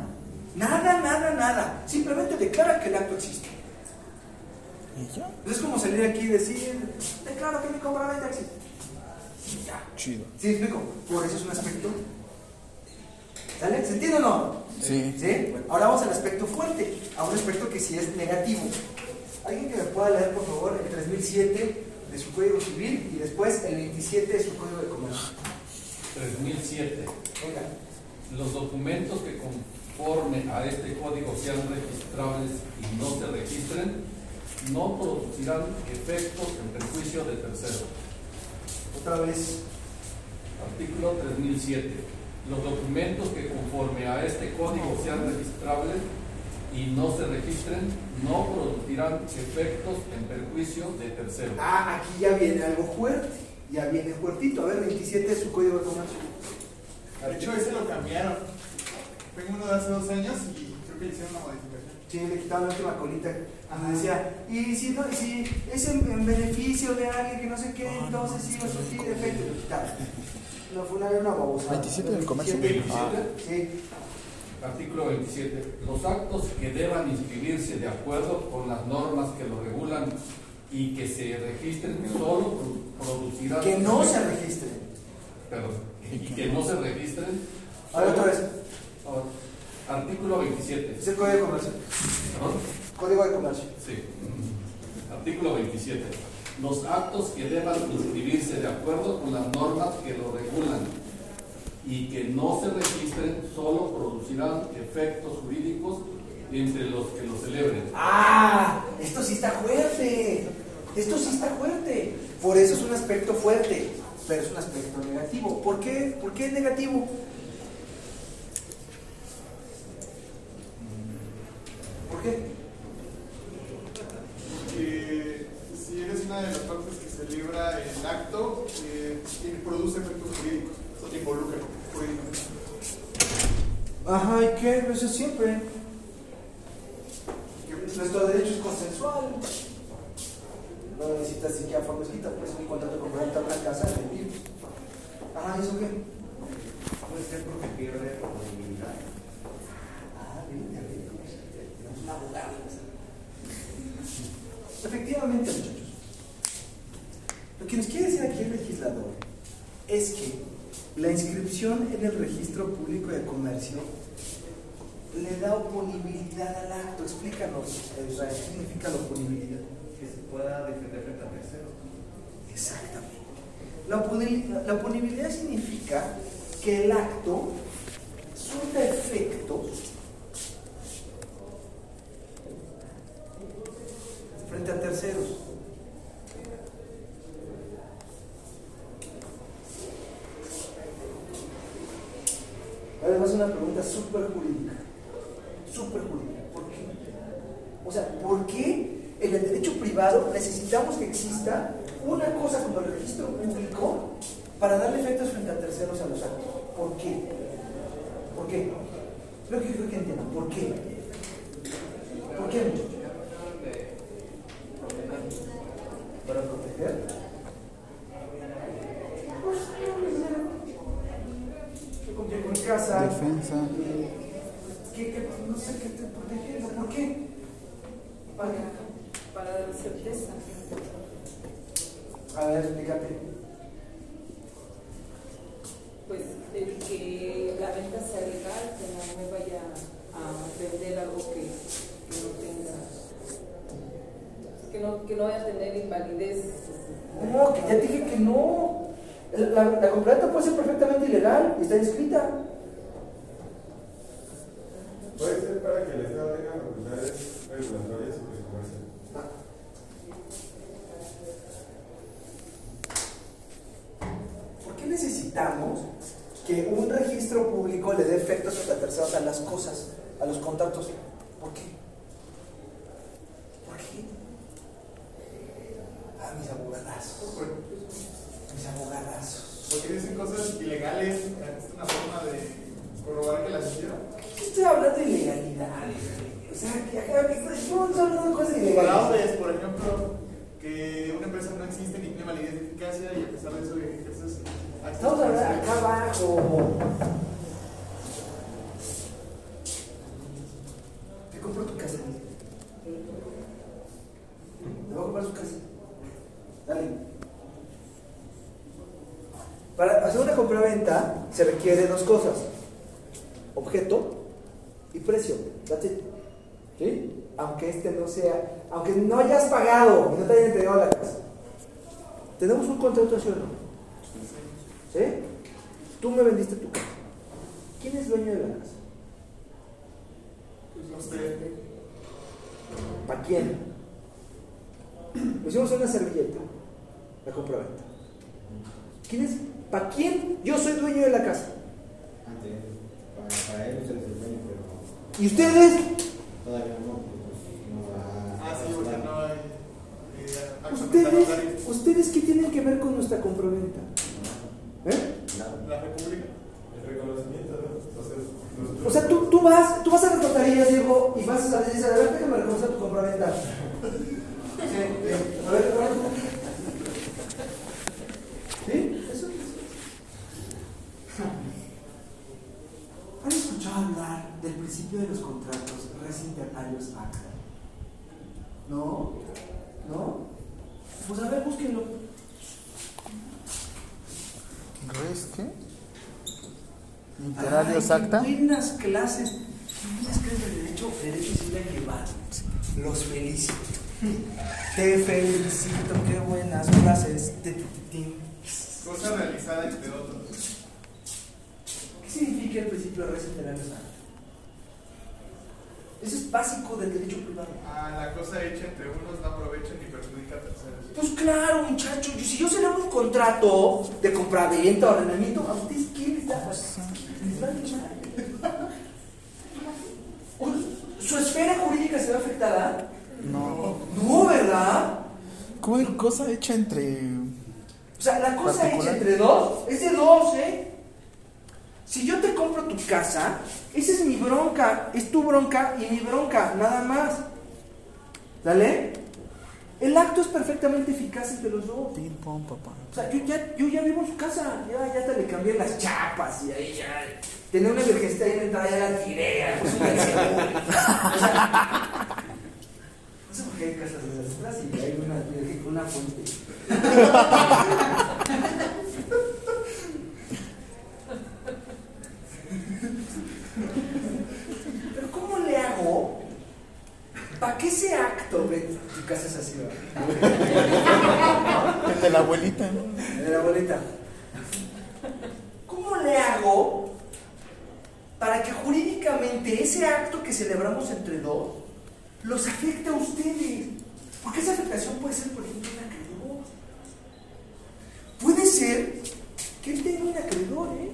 Nada. Simplemente declara que el acto existe. ¿Y ya? Es como salir aquí y decir, declaro que mi compraventa existe. Ya. Chido. ¿Sí me explico? Por eso es un aspecto. ¿Sale? ¿Se entiende o no? Sí. ¿Sí? Bueno, ahora vamos al aspecto fuerte, a un aspecto que sí es negativo. ¿Alguien que me pueda leer, por favor, el 3007 de su Código Civil y después el 27 de su Código de Comercio? 3007. Venga. Los documentos que conforme a este código sean registrables y no se registren, no producirán efectos en perjuicio de terceros. Otra vez. Artículo 3007. Los documentos que conforme a este código sean registrables y no se registren, no producirán efectos en perjuicio de terceros. Ah, aquí ya viene algo fuerte. Ya viene fuertito. A ver, 27 de su Código de Comercio. De hecho, ese lo cambiaron. Tengo uno de hace 2 años y creo que le hicieron una modificación. Sí, le quitaban la última colita. Donde decía, y si, no, si es en beneficio de alguien que no sé qué, entonces sí, eso sí, de efecto. Lo quitaron. No, fue una babosada. 27 del comercio. 27. Ah. Sí. Artículo 27. Los actos que deban inscribirse de acuerdo con las normas que lo regulan y que se registren solo producirán... Que no se registren. Perdón. Y que no se registren... A ver, otra vez. Artículo 27. Es el Código de Comercio. ¿Perdón? Código de Comercio. Sí. Artículo 27. Los actos que deban inscribirse de acuerdo con las normas que lo regulan y que no se registren solo producirán efectos jurídicos entre los que lo celebren. ¡Ah! Esto sí está fuerte. Esto sí está fuerte. Por eso es un aspecto fuerte, pero es un aspecto negativo. ¿Por qué? ¿Por qué es negativo? ¿Por qué? Porque si eres una de las partes que celebra el acto, produce efectos jurídicos. Eso te involucra jurídicamente. Ajá, ¿y qué? Eso siempre. Nuestro derecho es consensual. No necesitas siquiera forma escrita, pues un contrato con una casa de vivir. Ajá, ¿eso qué? Puede ser porque pierde disponibilidad. Ah, bien, tenemos un abogado. Efectivamente, muchachos. Lo que nos quiere decir aquí el legislador es que la inscripción en el registro público de comercio le da oponibilidad al acto. Explícanos, Israel, ¿qué significa la oponibilidad? Que se pueda defender frente a terceros. Exactamente. La oponibilidad significa que el acto surta efectos frente a terceros. Además, una pregunta súper jurídica. ¿Por qué? O sea, ¿por qué en el derecho privado necesitamos que exista una cosa como el registro público para darle efectos frente a terceros a los actos? ¿Por qué? ¿Por qué? Creo que entiendan. ¿Por qué? ¿Por qué, muchachos? ¿Para proteger? Yo compré con mi casa. Defensa. No sé qué te protege. ¿Por qué? Para dar certeza. A ver, explícate. Pues el que la venta sea legal, que no me vaya a vender algo que no tenga, que no vaya a tener invalidez. No, que ya dije que no. La compraventa puede ser perfectamente ilegal y está inscrita. Puede ser para que el Estado tenga facultades regulatorias sobre el comercio. ¿Por qué necesitamos que un registro público le dé efectos a terceros a las cosas, a los contratos? ¿Por qué? ¿Por qué? Ah, mis abogadazos. Mis abogadazos. Porque dicen cosas ilegales, es una forma de corroborar que las hicieron. Estoy hablando de ilegalidad. O sea, que acá no estoy hablando de cosas ilegales. Fraudes, por ejemplo, que una empresa no existe ni tiene validez de eficacia y a pesar de eso ejerces actos. Estamos hablando acá abajo. comprar su casa. Dale. Para hacer una compra-venta se requiere dos cosas: objeto y precio. That's it. ¿Sí? Aunque aunque no hayas pagado y no te hayan entregado la casa. Tenemos un contrato, ¿sí o no? ¿Sí? Tú me vendiste tu casa. ¿Quién es dueño de la casa? Pues no sé. ¿Para quién? Pusimos una servilleta, la compra-venta. ¿Quién es? ¿Para quién? Yo soy dueño de la casa. Para él es el dueño, pero ¿Y ustedes? todavía no va. Sí, porque no hay. ¿Ustedes qué tienen que ver con nuestra compra-venta? La República. El reconocimiento, ¿no? O sea, tú vas a las notarías, Diego, y vas a decir, a ver, déjame reconocer tu compra-venta. A ver, ¿sí? Eso. ¿Han escuchado hablar del principio de los contratos res internarios acta? ¿No? ¿No? Pues a ver, búsquenlo. ¿Res qué? Literarios acta. Buenas clases de derecho civil han llevado. Los felicito. Te felicito, qué buenas clases. Cosa realizada entre otros. ¿Qué significa el principio de res internarios acta? Eso es básico del derecho privado. La cosa hecha entre unos no aprovecha ni perjudica a terceros. Pues claro, muchachos, si yo celebro un contrato de compraventa o arrendamiento, ¿a ustedes qué les da? ¿Su esfera jurídica se ve afectada? No, ¿verdad? ¿Cómo de cosa hecha entre...? O sea, la cosa particular? hecha entre dos es de dos, ¿eh? Si yo te compro tu casa, esa es mi bronca, es tu bronca y mi bronca, nada más. ¿Dale? El acto es perfectamente eficaz entre los dos. Pim, pom, papá. O sea, yo ya vivo en su casa, ya te le cambié las chapas y ahí ya tenía una emergencia ahí en la entrada, ya la tiré, pues un seguro. O sea, no sé por qué hay casas de esas atrás y hay una fuente. Pero ¿cómo le hago para que ese acto, tu casa es así, ¿verdad? El de la abuelita, ¿no? El de la abuelita. ¿Cómo le hago para que jurídicamente ese acto que celebramos entre dos los afecte a ustedes? Porque esa afectación puede ser, por ejemplo, un acreedor. Puede ser que él tenga un acreedor, ¿eh?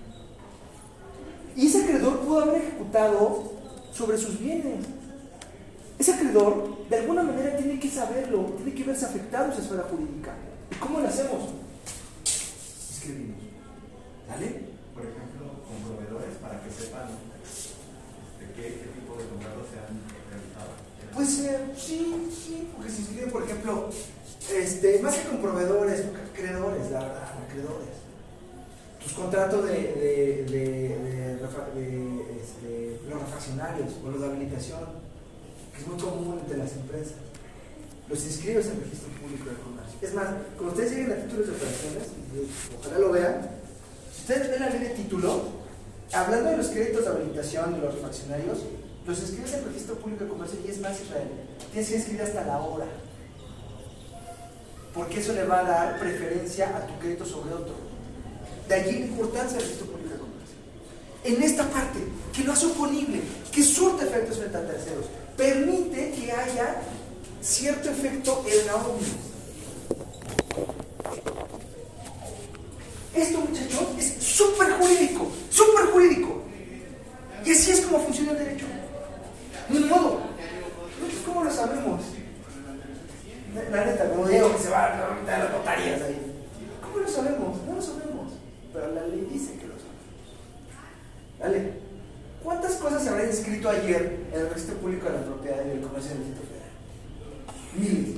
Y ese acreedor pudo haber ejecutado sobre sus bienes. Ese acreedor, de alguna manera, tiene que saberlo, tiene que verse afectado en su esfera jurídica. ¿Y cómo lo hacemos? Escribimos. ¿Vale? Por ejemplo, con proveedores para que sepan qué tipo de contratos se han realizado. Pues sí, porque se inscriben, por ejemplo, más que con proveedores, acreedores, la verdad, acreedores. Tus contratos de los refaccionarios o los de habilitación, que es muy común entre las empresas, los inscribes en el registro público de comercio. Es más, cuando ustedes lleguen a títulos de operaciones, ojalá lo vean, si ustedes ven la ley de título, hablando de los créditos de habilitación de los refaccionarios, los inscribes en el registro público de comercio y es más, Israel, tienes que inscribir hasta la hora, porque eso le va a dar preferencia a tu crédito sobre otro. De allí la importancia del registro público de comercio. En esta parte, que lo hace oponible, que surte efectos frente a terceros, permite que haya cierto efecto en la omnibus. Esto, muchachos, es súper jurídico, súper jurídico. Y así es como funciona el derecho. Ni modo. ¿Nosotros cómo lo sabemos? La neta, como Diego que se va a las notarías ahí. ¿Cómo lo sabemos? No lo sabemos. Pero la ley dice que lo sabemos. ¿Vale? ¿Cuántas cosas se habrán escrito ayer en el registro público de la propiedad y del comercio del Distrito Federal? Miles.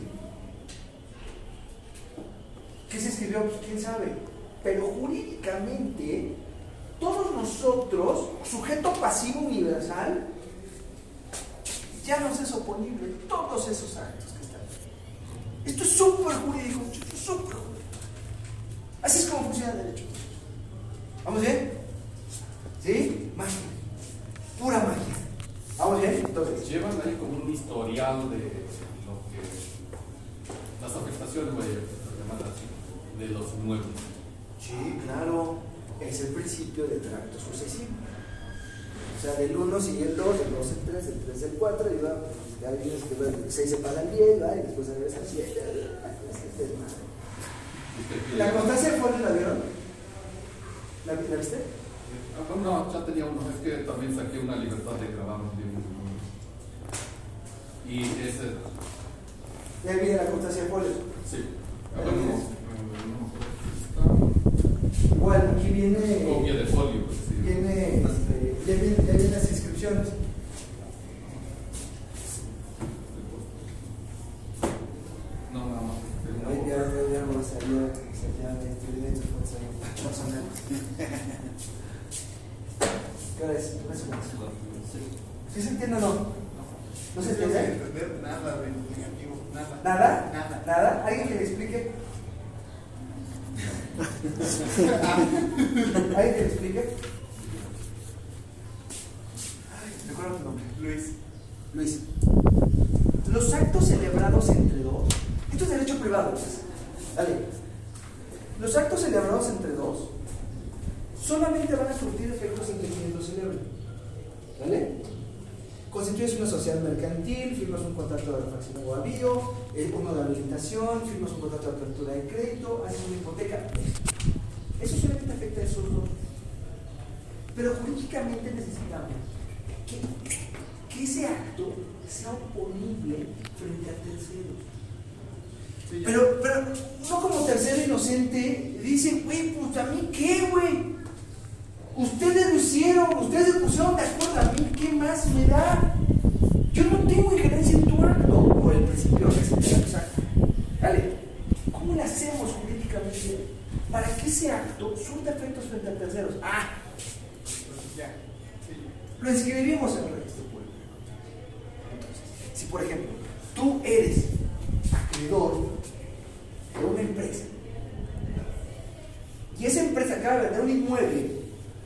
¿Qué se escribió? Pues quién sabe. Pero jurídicamente, todos nosotros, sujeto pasivo universal, ya nos es oponible todos esos actos que están. Esto es súper jurídico, muchachos, súper jurídico. Así es como funciona el derecho. ¿Vamos bien? ¿Sí? Magia. Pura magia. ¿Vamos bien? Entonces, Llevan ahí como un historial de lo que las afectaciones, voy a llamar así, de los inmuebles. sí, claro, es el principio del tracto sucesivo. O sea, del 1 sigue el 2, del 2 el 3, del 3 el 4, y va, ya vienes que el 6 se paga el 10, ¿va? Y después se regresa al 7. ¿La constancia de folio la vieron? ¿La viste? No, ya tenía uno, es que también saqué una libertad de gravamen de un. Y ese. Ya viene la constancia de folios. Sí. Igual, aquí viene. Copia de folio. Pues, sí. Ya vienen las inscripciones. No, nada más. Ay, ya salía de derechos personales. ¿Qué hora es? ¿Sí se entiende o no? ¿No se entiende? entender nada del negativo, nada. ¿Nada? Nada. ¿Nada? ¿Alguien que le explique? ¿Alguien que le explique? Recuerda tu nombre. Luis. Los actos celebrados entre dos. Esto es derecho privado. Dale. Los actos celebrados entre dos solamente van a surtir efectos en quienes los celebren. ¿Vale? Constituyes una sociedad mercantil, firmas un contrato de refacción o avío, uno de habilitación, firmas un contrato de apertura de crédito, haces una hipoteca. Eso solamente afecta a esos dos. Pero jurídicamente necesitamos que ese acto sea oponible frente a terceros. Sí, Pero no como tercero inocente, dice, güey, pues a mí qué, güey. Ustedes lo hicieron, ustedes se pusieron de acuerdo, a mí qué más me da. Yo no tengo injerencia en tu acto, por el principio de responsabilidad. Dale, ¿cómo lo hacemos jurídicamente para que ese acto surta efectos frente a terceros? ya. Sí. Lo inscribimos en el registro público. Entonces, si por ejemplo, tú eres acreedor de una empresa y esa empresa acaba de vender un inmueble,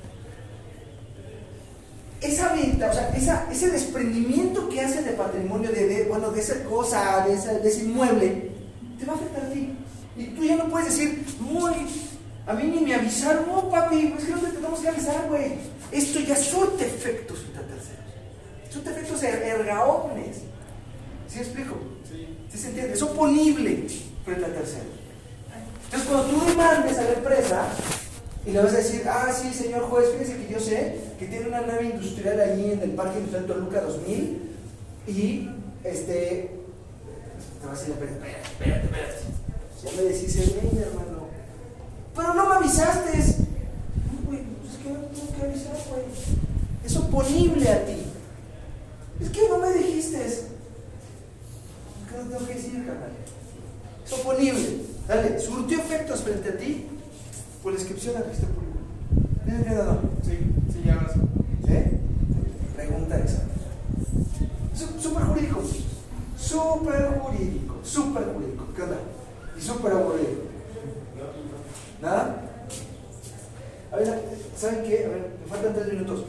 esa venta, o sea, ese desprendimiento que hace de patrimonio de esa cosa, de ese inmueble, te va a afectar a ti. Y tú ya no puedes decir, uy, a mí ni me avisaron, no papi, es que no te tenemos que avisar, güey. Esto ya surte efectos frente a terceros. Surte efectos ergaomnes. ¿Sí me explico? ¿Sí se entiende? Es oponible frente a terceros. Entonces, cuando tú demandes a la empresa y le vas a decir, sí, señor juez, fíjese que yo sé que tiene una nave industrial allí en el Parque Industrial Toluca 2000 y te va a decir, espérate. Ya me decís el bien, hermano. Pero no me avisaste. No, güey, es que no tengo que avisar, güey. Es oponible a ti. Es que no me dijiste. Es que no tengo que decir, carnal. Es oponible. Dale, surtió efectos frente a ti por la inscripción al registro público. ¿Tienes miedo o no? Sí, ya ahora sí. ¿Sí? Pregunta de examen. Súper jurídico. Súper jurídico. ¿Qué onda? Y súper aburrido. ¿Nada? A ver, ¿saben qué? A ver, me faltan 3 minutos.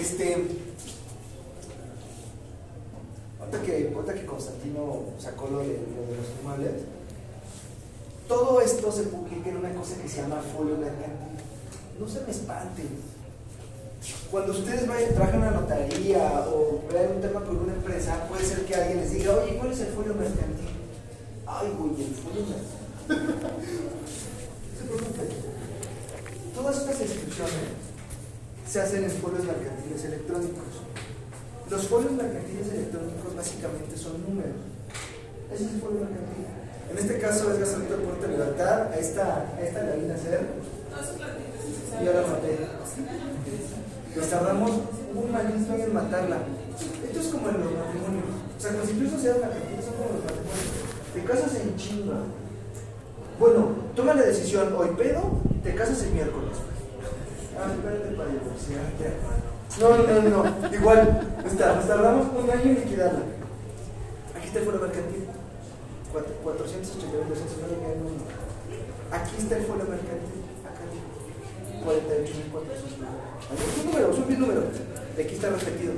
Ahorita que Constantino sacó lo de los inmuebles, todo esto se publica en una cosa que se llama folio mercantil. No se me espanten. Cuando ustedes trabajan una notaría o vean un tema con una empresa, puede ser que alguien les diga, oye, ¿cuál es el folio mercantil? Ay, güey, el folio mercantil. No se preocupen. Todas estas inscripciones se hacen en folios mercantiles electrónicos. Los folios mercantiles electrónicos básicamente son números. Ese es el folio mercantil. En este caso es Gasolito de Puerto Libertad. A esta la vine a hacer. Y yo la maté. Nos tardamos un año en matarla. Esto es como en los matrimonios. O sea, constituir sociedades mercantiles son como los matrimonios. Te casas en chinga. Bueno, toma la decisión hoy, pedo, te casas el miércoles. Espérate para divorciarte, hermano. No. Igual, nos tardamos un año en liquidarla. Aquí está el foro mercantil. 480.209. Aquí está el folio mercantil. Acá. 48.400. Es un número, es un número. Aquí está repetido.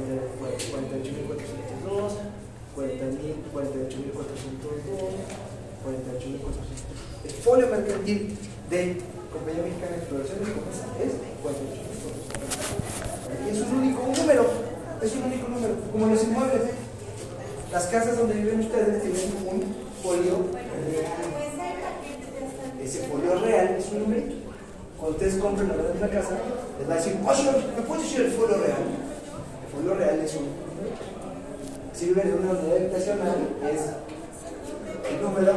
48.402. 48.402. 48.400. El folio mercantil de Compañía Mexicana de Exploración y Comercio es 48.400. Y es un único número. Es un único número. Como los inmuebles. Las casas donde viven ustedes tienen un folio real. Ese folio real es un número. Cuando ustedes compren la verdad de una casa, les va a decir, oye, ¿me puedes decir el folio real? El folio real es un número. Si viven en una unidad habitacional, es el número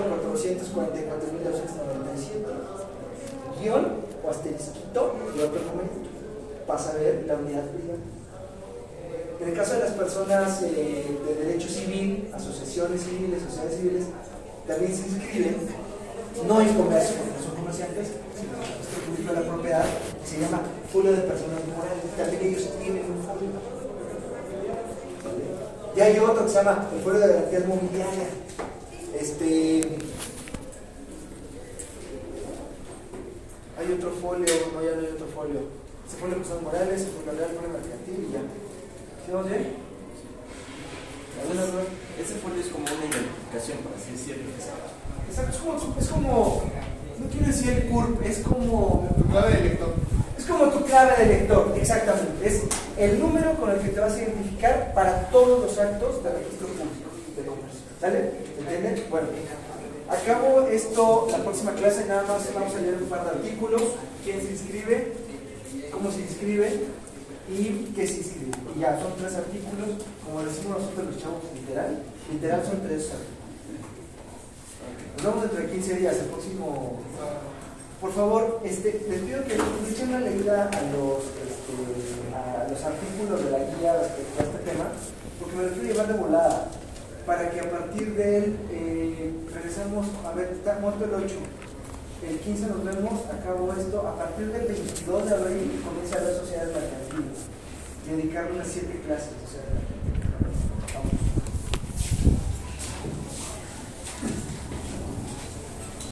444.297. Guión o asterisquito y otro momento pasa a ver la unidad privada. En el caso de las personas de derecho civil, asociaciones civiles, sociedades civiles, también se inscriben, no en comercio, porque no son comerciantes, sino en el registro público de la propiedad, que se llama folio de personas morales. También ellos tienen un folio. Y hay otro que se llama el folio de garantías mobiliarias. Hay otro folio, no, ya no hay otro folio. Ese folio de personas morales, el folio real, el folio mercantil y ya. ¿Sí vamos bien? ¿Alguna duda? Ese folio es como una identificación, por así decirlo. Exacto, es como, no quiero decir el CURP, es como Tu clave de lector. Es como tu clave de lector, exactamente. Es el número con el que te vas a identificar para todos los actos de registro público de comercio. ¿Sale? ¿Entienden? Bueno, acabo esto, la próxima clase nada más vamos a leer un par de artículos. ¿Quién se inscribe? ¿Cómo se inscribe? ¿Y qué se inscribe? Y ya, son 3 artículos. Como decimos nosotros los chavos, literal son 3 artículos. Nos vemos dentro de 15 días, el próximo. Por favor, les pido que le echen una leída a los artículos de la guía respecto a este tema, porque me lo quiero llevar de volada, para que a partir de él regresamos, a ver, está muerto el 8, el 15 nos vemos, acabo esto, a partir del 22 de abril comienza a haber sociedades mercantiles, y dedicarle unas 7 clases, o sea,